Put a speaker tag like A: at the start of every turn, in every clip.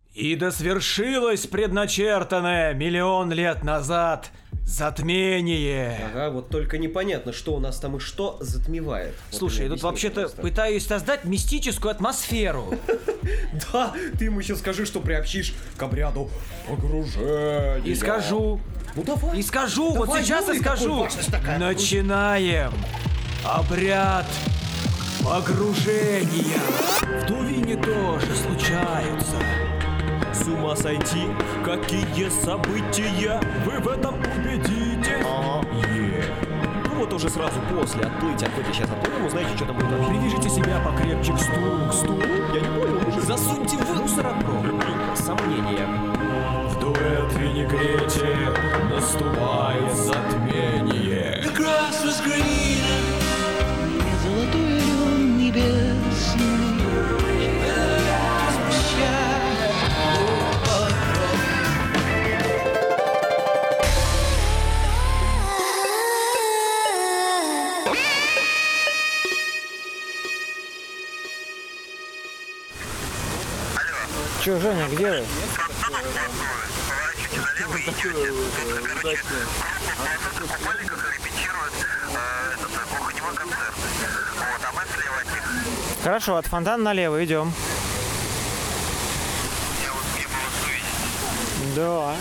A: И да свершилось предначертанное 1 000 000 лет назад затмение.
B: Ага, вот только непонятно, что у нас там и что затмевает.
A: Слушай, я тут вообще-то пытаюсь создать мистическую атмосферу.
B: Да, ты ему еще скажи, что приобщишь к обряду погружения.
A: И скажу.
B: Ну давай.
A: И скажу, вот сейчас и скажу. Начинаем обряд погружения. В Тувине тоже случаются.
C: С ума сойти, какие события вы в этом убедите?
B: Ну вот уже сразу после отплытия. Отплытия сейчас отплывем, узнаете, что там будет вообще.
A: Привяжите себя покрепче к стулу.
B: Я не понял уже.
A: Засуньте в мусоропровод.
B: Сомнения.
A: В дуэт винегрете наступает затмение.
D: Золотой лен небесный.
E: Че, Женя, где вы?
F: Поворачивайте налево и идете. Короче, группа в купальниках репетирует глухонемой концерт. Вот, а мы слева от них.
E: Хорошо, от фонтана налево идем.
F: Я вот где бы вас увидеть.
E: Да.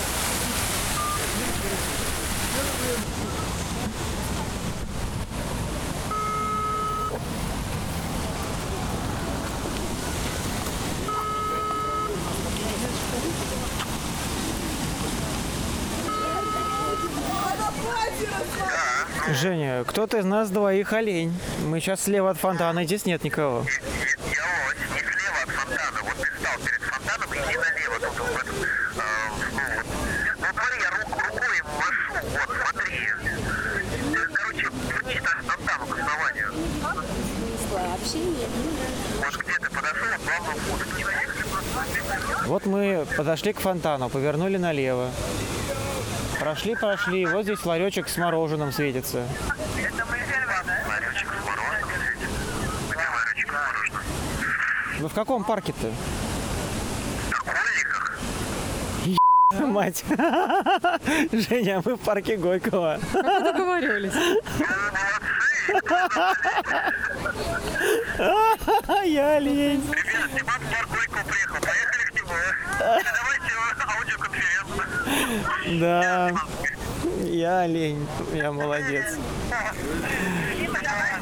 E: Женя, кто-то из нас двоих олень. Мы сейчас слева от фонтана, здесь нет никого.
F: Я вот не слева от фонтана. Вот ты встал перед фонтаном, иди налево. Тут в этом, ну смотри, я рукой машу. Вот, смотри. Короче, чисто к фонтану, к основанию. Может, где ты подошел к главному входу?
E: Вот мы подошли к фонтану, повернули налево. Прошли, вот здесь ларечек с мороженым светится.
F: Это мы первые, да? Ларечек с мороженым светит. Где ларечек с мороженым?
E: Вы в каком парке-то?
F: В Кольниках.
E: Мать. Женя, мы в парке Горького.
G: Как вы договаривались?
E: Я олень.
F: Ребят, Диман в парк Горького приехал. Поехали к нему. Давайте аудиоконференцию.
E: Да. Я олень. Я молодец.
F: Дима!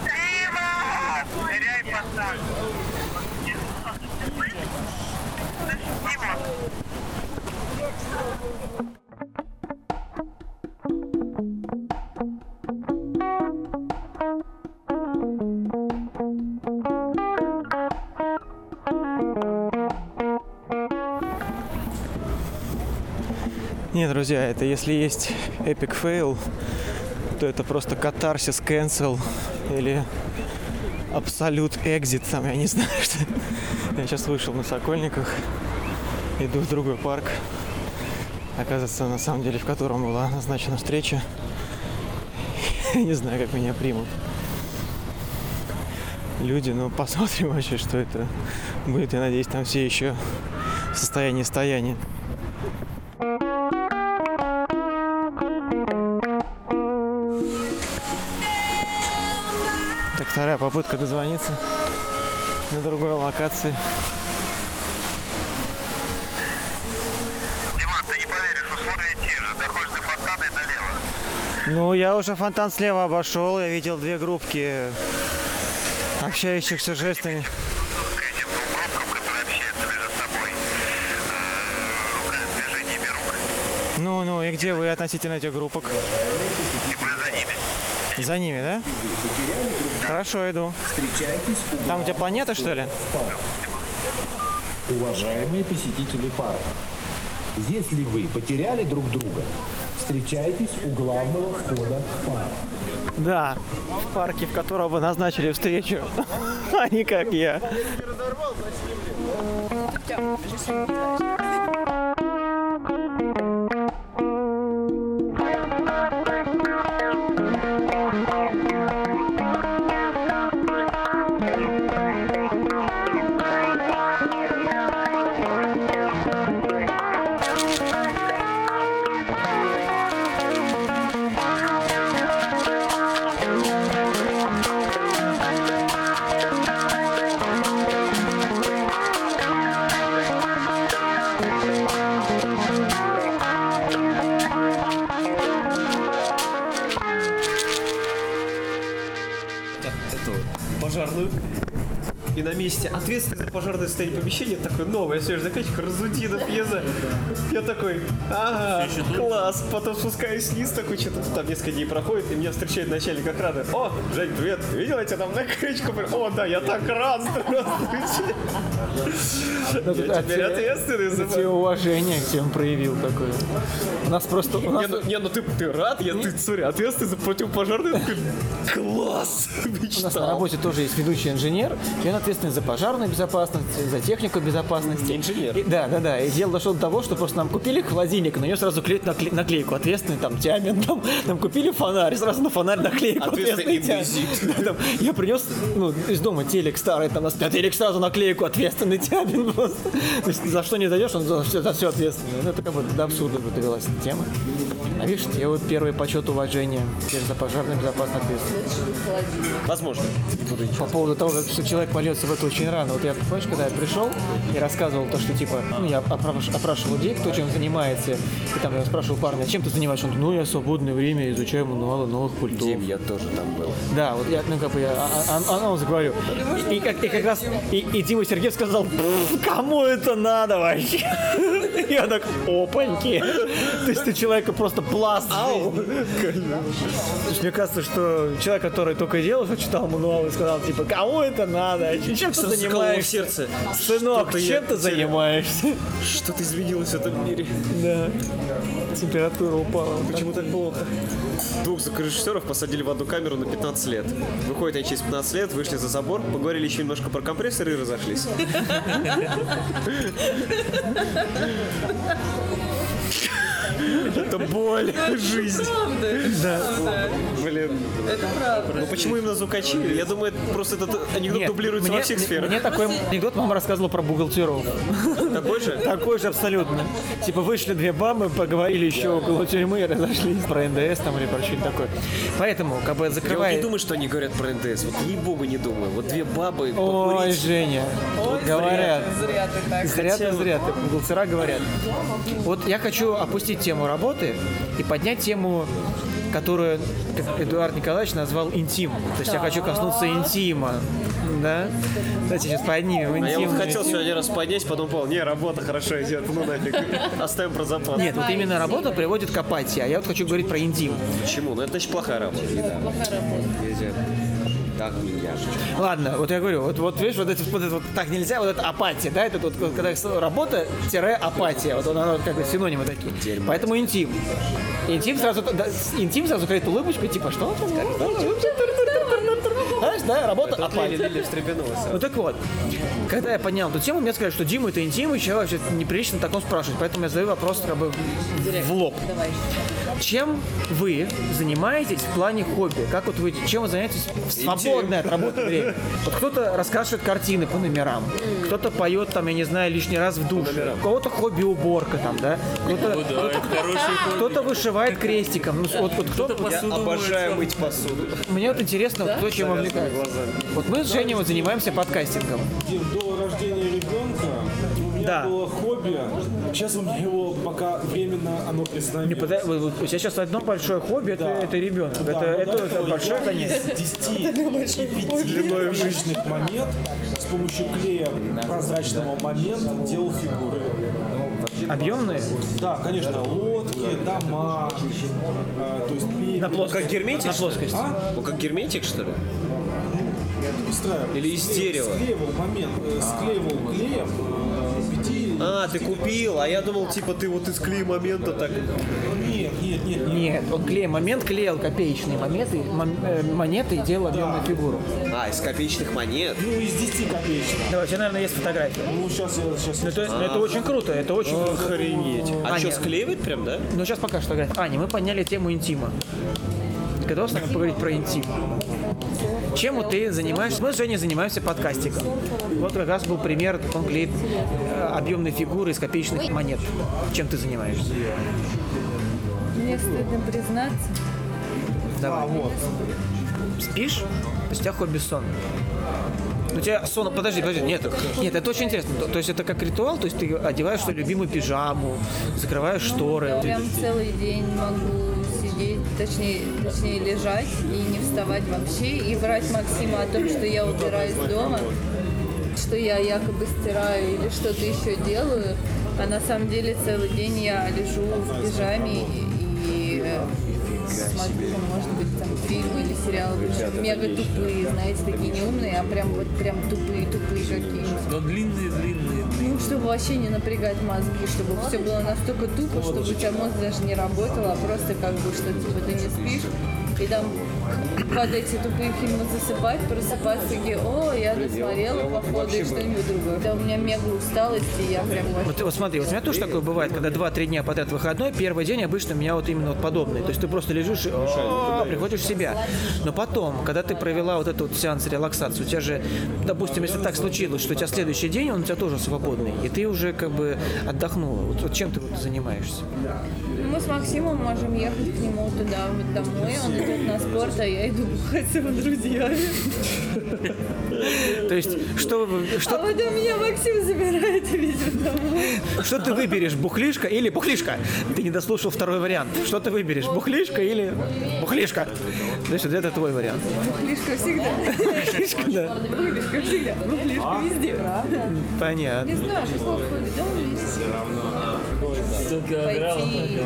F: Теряй пацан. Дима!
E: Не, друзья, это если есть epic fail, то это просто катарсис, cancel или абсолют exit, там, я не знаю, что. Я сейчас вышел на Сокольниках, иду в другой парк, оказывается, на самом деле, в котором была назначена встреча. Я не знаю, как меня примут люди, но посмотрим вообще, что это будет. Я надеюсь, там все еще в состоянии стояния. Так, вторая попытка дозвониться на другой локации.
F: Диман, ты не поверишь, условия те же. Доходишь до фонтана и налево.
E: Ну, я уже фонтан слева обошел, я видел две группки общающихся жестами.
F: К этим двум группкам, которые общаются между собой. Движениями рук.
E: Ну, и где вы относительно этих группок?
F: И мы за ними.
E: За ними, да? Хорошо, иду. Там у тебя планета, что ли?
H: Уважаемые посетители парка, если вы потеряли друг друга, встречайтесь у главного входа в парк.
E: Да, в парке, в котором вы назначили встречу. А не как я.
G: и на месте ответственный за пожарное состояние помещения, такой новый, свежий заказчик, Разудинов, я такой, ага, класс, потом спускаюсь вниз, такой, что-то там несколько дней проходит, и меня встречает начальник охраны. О, Жень, привет, видел, я тебя там накричку? О, да, я так рад, здравствуйте. Я теперь ответственный за...
E: Тебе уважение к тем проявил такое. У нас просто...
G: Не, ну ты рад? Ты, смотри, ответственный за противопожарный. Класс!
E: У нас на работе тоже есть ведущий инженер, и он ответственный за пожарную безопасность, за технику безопасности.
G: Инженер.
E: Да. И дело дошло до того, что просто нам купили холодильник, на нее сразу клеят наклейку. Ответственный там Тямин. Нам купили фонарь, сразу на фонарь наклейку. Ответственный Тямин. Я принес из дома телек старый, там на телек сразу наклейку ответственный Тямин просто. То есть за что не даешь, он за все ответственный. Это как бы до абсурда довелась эта тема. А видишь, тебе вот первый почет уважения за пожарную безопасность ответственность.
G: Возможно.
E: По поводу того, что человек польется в это очень рано. Вот я, помнишь, когда я пришел и рассказывал то, что типа, я опрашивал людей, кто чем занимается, и там я спрашивал парня, чем ты занимаешься? Он говорит, я в свободное время изучаю мануалы новых пультов.
G: Дим, я тоже там был.
E: Да, вот я, анонс говорю. И как раз, и Дима Сергеев сказал, кому это надо вообще? Я так, опаньки. То есть ты человека просто пласт. То есть мне кажется, что человек, который только делал, что читал мануал и сказал, типа, кому это надо? Чем ты занимаешься?
G: Сердце.
E: Сынок, чем ты занимаешься?
G: Что-то изменилось в этом мире.
E: Да. Температура упала.
G: Почему так плохо? Двух звукорежиссеров посадили в одну камеру на 15 лет. Выходят они через 15 лет, вышли за забор, поговорили еще немножко про компрессоры и разошлись. Это боль, жизнь.
I: Да.
G: Блин.
I: Это правда.
G: Ну почему именно звукачи? Я думаю, просто этот анекдот дублируется во всех сферах.
E: Мне такой анекдот мама рассказывала про бухгалтеров.
G: Такой же?
E: Такой же абсолютно. Типа вышли две бабы, поговорили еще около тюрьмы и разошлись про ндс там или про что-нибудь такое. Поэтому, как бы закрывая...
G: Я вот не думаю, что они говорят про ндс. Вот ей-богу не думаю. Вот две бабы
E: покурить. Ой, Женя, говорят.
I: Зря ты так.
E: Зря ты. Бухгалтера говорят. Вот я хочу опустить тему работы и поднять тему, которую Эдуард Николаевич назвал интим. То есть я хочу коснуться интима. Да? Давайте сейчас поднимем интим.
G: А я вот хотел сегодня раз поднять, потом понял, не, работа хорошо идет, ну нафиг. Оставим про запас.
E: Нет, вот именно работа приводит к апатии, а я вот хочу говорить про интим.
G: Почему? Ну это значит плохая работа.
I: Плохая работа.
G: Так нельзя.
E: Ладно, вот я говорю, вот видишь, вот так нельзя, вот это апатия, да, это вот когда работа-апатия, вот она как бы синонимы такие. Дерьмо. Поэтому интим. Интим сразу говорит улыбочку, типа, что он сейчас скажет? Знаешь, да, работа апатия. Ну так вот, когда я поднял эту тему, мне сказали, что Дима это интим, и человек неприлично так он спрашивает, поэтому я задаю вопрос как бы в лоб.
I: Давай.
E: Чем вы занимаетесь в плане хобби? Как вот вы, чем вы занимаетесь в свободное от работы время? Вот кто-то раскрашивает картины по номерам, кто-то поет там, я не знаю, лишний раз в душе, у кого-то хобби уборка там, да? Кто-то вышивает крестиком. Вот кто-то
G: посуду. Я обожаю мыть посуду.
E: Мне вот интересно, кто чем увлекается. Вот мы с Женей вот занимаемся подкастингом.
J: До рождения ребенка у меня было хобби. Сейчас у меня его пока временно оно признается.
E: У тебя сейчас одно большое хобби, это ребенок. Это большое занятие.
J: 10 длиной жизненных монет с помощью клея прозрачного момента делал фигуры.
E: Объемные?
J: Да, конечно, лодки, дома, то есть
E: на плоскости.
G: Как герметик?
E: На плоскости.
G: Ну как герметик, что ли? Или из дерева?
J: Склеивал клеем.
G: А, ты купил, а я думал, типа, ты вот из клея момента так...
E: Нет, он момент клеил копеечные монеты и делал объемную фигуру.
G: А, из копеечных монет?
J: Ну, из 10 копеечных.
E: Да, у тебя, наверное, есть фотография.
J: Ну, сейчас.
E: Это очень круто, это очень круто.
G: Охренеть. А что, склеивать прям, да?
E: Ну, сейчас покажешь фотографию. Аня, мы подняли тему интима. Готов с нами поговорить про интим? Чем вот ты занимаешься? Мы с Женей занимаемся подкастиком. Вот как раз был пример, как он клеит объемные фигуры из копеечных монет. Чем ты занимаешься?
I: Мне стыдно признаться.
E: Давай. Спишь? То есть у тебя хобби сон. У тебя сон... Подожди, нет, это очень интересно. То есть это как ритуал, то есть ты одеваешь свою любимую пижаму, закрываешь шторы.
I: Я прям целый день могу сидеть, точнее лежать и не вставать вообще, и врать Максиму о том, что я убираюсь дома. что я якобы стираю или что-то еще делаю, а на самом деле целый день я лежу в пижаме и смотрю, может быть, там фильмы или сериалы, причем мега тупые, знаете, такие не умные, а прям тупые какие-то.
C: Но длинные.
I: Ну, чтобы вообще не напрягать мозги, чтобы все было настолько тупо, чтобы у тебя мозг даже не работал, а просто как бы, что типа ты не спишь, и там под эти тупые фильмы засыпать, просыпаться, такие, о, я досмотрела, походу, и что-нибудь другое. Да, у меня мега усталость, и я прям...
E: Вот смотри, вот у меня тоже такое бывает, когда 2-3 дня подряд выходной, первый день обычно у меня вот именно вот подобный. То есть ты просто лежишь и приходишь в себя. Но потом, когда ты провела вот этот вот сеанс релаксации, у тебя же, допустим, если так случилось, что у тебя следующий день, он у тебя тоже свободный, и ты уже как бы отдохнула. Вот чем ты вот занимаешься?
I: Мы с Максимом можем ехать к нему туда, домой, он идет на спорт, а я иду бухать с его друзьями.
E: То есть, что...
I: А потом меня Максим забирает и везет домой.
E: Что ты выберешь, бухлишка или бухлишка? Ты не дослушал второй вариант. Что ты выберешь, бухлишка или бухлишка? То есть, вот это твой вариант.
I: Бухлишка всегда.
E: Бухлишка, да.
I: Бухлишка всегда. Бухлишка везде, правда?
E: Понятно.
I: Не знаю, что в дома пойти.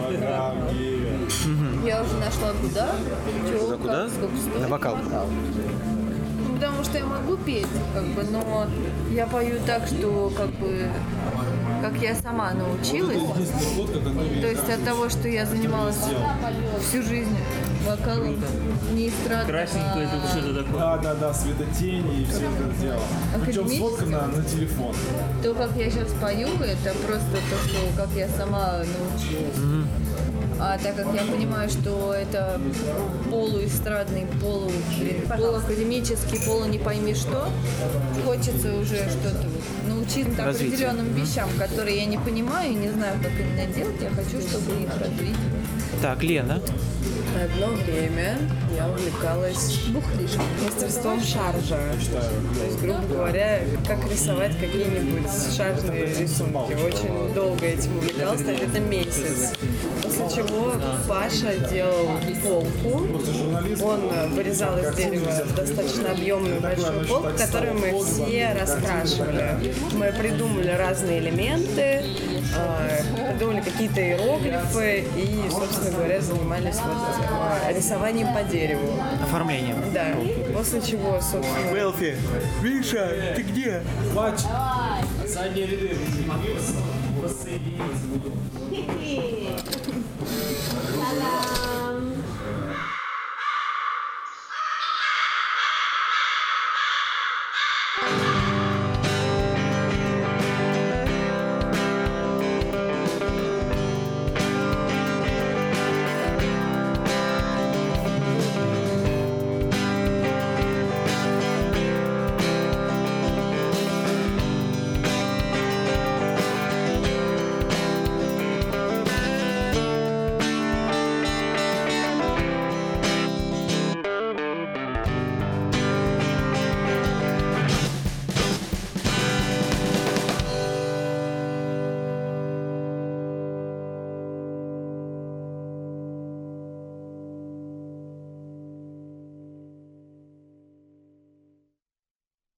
I: Я уже нашла куда.
E: За куда?
I: Сколько стоит?
E: На вокал.
I: Ну, потому что я могу петь, как бы, но я пою так, что как бы как я сама научилась. То есть от того, что я занималась всю жизнь вокалом, не эстрадно,
C: Красненькое тут что-то такое.
J: Да, светотени и все это дело. Причем сфоткано на телефон.
I: То, как я сейчас пою, это просто то, что как я сама научилась. А так как я понимаю, что это полуэстрадный, полуакадемический, не пойми что, хочется уже что-то научиться определенным вещам, которые я не понимаю и не знаю, как именно делать. Я хочу, чтобы их развить.
E: Так, Лена.
K: Одно время я увлекалась мастерством шаржа. То есть, грубо говоря, как рисовать какие-нибудь шаржные рисунки. Очень долго этим увлекалась, где-то месяц. После чего Паша делал полку. Он вырезал из дерева достаточно объемную большую полку, которую мы все раскрашивали. Мы придумали разные элементы, придумали какие-то иероглифы и, собственно говоря, занимались рисованием по дереву.
E: Оформлением.
K: Да. После чего, собственно...
E: Велфи, Миша, ты где?
J: Плачь.
C: Задние ряды.
L: La la